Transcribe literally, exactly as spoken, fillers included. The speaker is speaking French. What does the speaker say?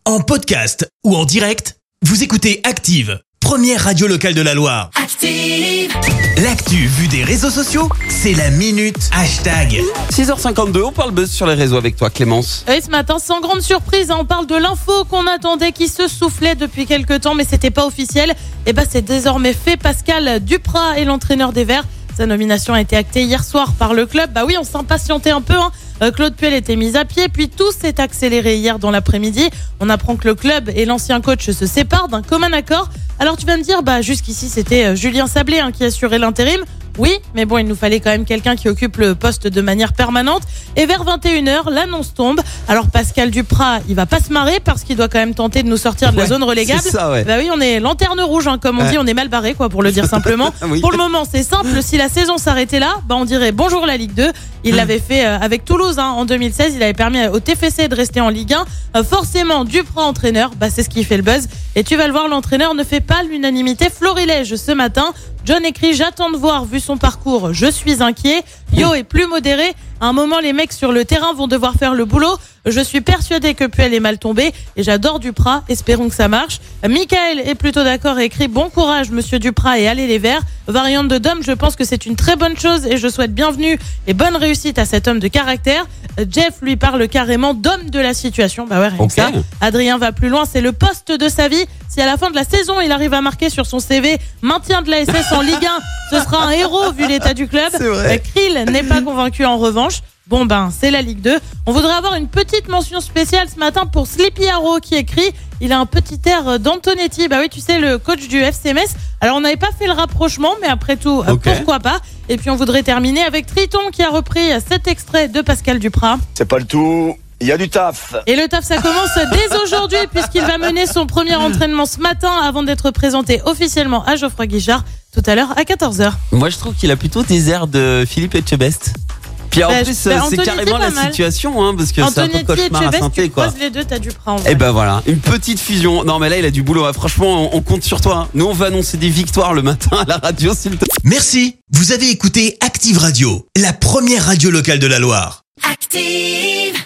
En podcast ou en direct, vous écoutez Active, première radio locale de la Loire. Active! L'actu vue des réseaux sociaux, c'est la minute hashtag. six heures cinquante-deux, on parle buzz sur les réseaux avec toi Clémence. Oui, ce matin, sans grande surprise, on parle de l'info qu'on attendait, qui se soufflait depuis quelques temps, mais c'était pas officiel. Et ben, c'est désormais fait. Pascal Duprat est l'entraîneur des Verts. Sa nomination a été actée hier soir par le club. Bah oui, on s'impatientait un peu, hein. Claude Puel était mis à pied, puis tout s'est accéléré hier dans l'après-midi. On apprend que le club et l'ancien coach se séparent d'un commun accord. Alors tu vas me dire, bah jusqu'ici c'était Julien Sablé hein, qui assurait l'intérim. Oui, mais bon, il nous fallait quand même quelqu'un qui occupe le poste de manière permanente. Et vers vingt et une heures, l'annonce tombe. Alors Pascal Duprat, il va pas se marrer parce qu'il doit quand même tenter de nous sortir de la ouais, zone relégable. C'est ça, ouais. Bah oui, on est lanterne rouge, hein, comme on ouais. dit, on est mal barré, quoi, pour le dire simplement. Oui. Pour le moment, c'est simple. Si la saison s'arrêtait là, bah on dirait bonjour la Ligue deux. Il l'avait fait euh, avec Toulouse hein, en deux mille seize. Il avait permis au T F C de rester en Ligue un. Euh, forcément, Duprat entraîneur, bah c'est ce qui fait le buzz. Et tu vas le voir, l'entraîneur ne fait pas l'unanimité. Florilège ce matin. John écrit « J'attends de voir, vu son parcours, je suis inquiet. Yo est plus modéré. À un moment, les mecs sur le terrain vont devoir faire le boulot. Je suis persuadé que Puel est mal tombé et j'adore Duprat. Espérons que ça marche. » Michael est plutôt d'accord et écrit « Bon courage, monsieur Duprat, et allez les Verts. » Variante de Dom, je pense que c'est une très bonne chose et je souhaite bienvenue et bonne réussite à cet homme de caractère. Jeff lui parle carrément d'homme de la situation. Bah ouais, rien okay. que ça. Adrien va plus loin, c'est le poste de sa vie. Si à la fin de la saison, il arrive à marquer sur son C V maintien de la S S en Ligue un, ce sera un héros vu l'état du club. Krill n'est pas convaincu en revanche. Bon ben, c'est la Ligue deux. On voudrait avoir une petite mention spéciale ce matin pour Sleepy Arrow qui écrit « Il a un petit air d'Antonetti ». Bah oui, tu sais, le coach du F C Metz. Alors, on n'avait pas fait le rapprochement, mais après tout, okay. pourquoi pas. Et puis, on voudrait terminer avec Triton qui a repris cet extrait de Pascal Duprat. C'est pas le tout. Il y a du taf. Et le taf, ça commence dès aujourd'hui puisqu'il va mener son premier entraînement ce matin avant d'être présenté officiellement à Geoffroy Guichard tout à l'heure à quatorze heures. Moi, je trouve qu'il a plutôt des airs de Philippe Etchebest. Puis en bah, plus, bah, c'est carrément la mal. situation, hein, parce que Antonetti c'est un peu cauchemar à santé, quoi. Tu croises les deux, t'as Duprat en vrai. Et ben voilà, une petite fusion. Non, mais là, il a du boulot. Franchement, on, on compte sur toi. Nous, on va annoncer des victoires le matin à la radio, s'il te plaît. Merci. Vous avez écouté Active Radio, la première radio locale de la Loire. Active!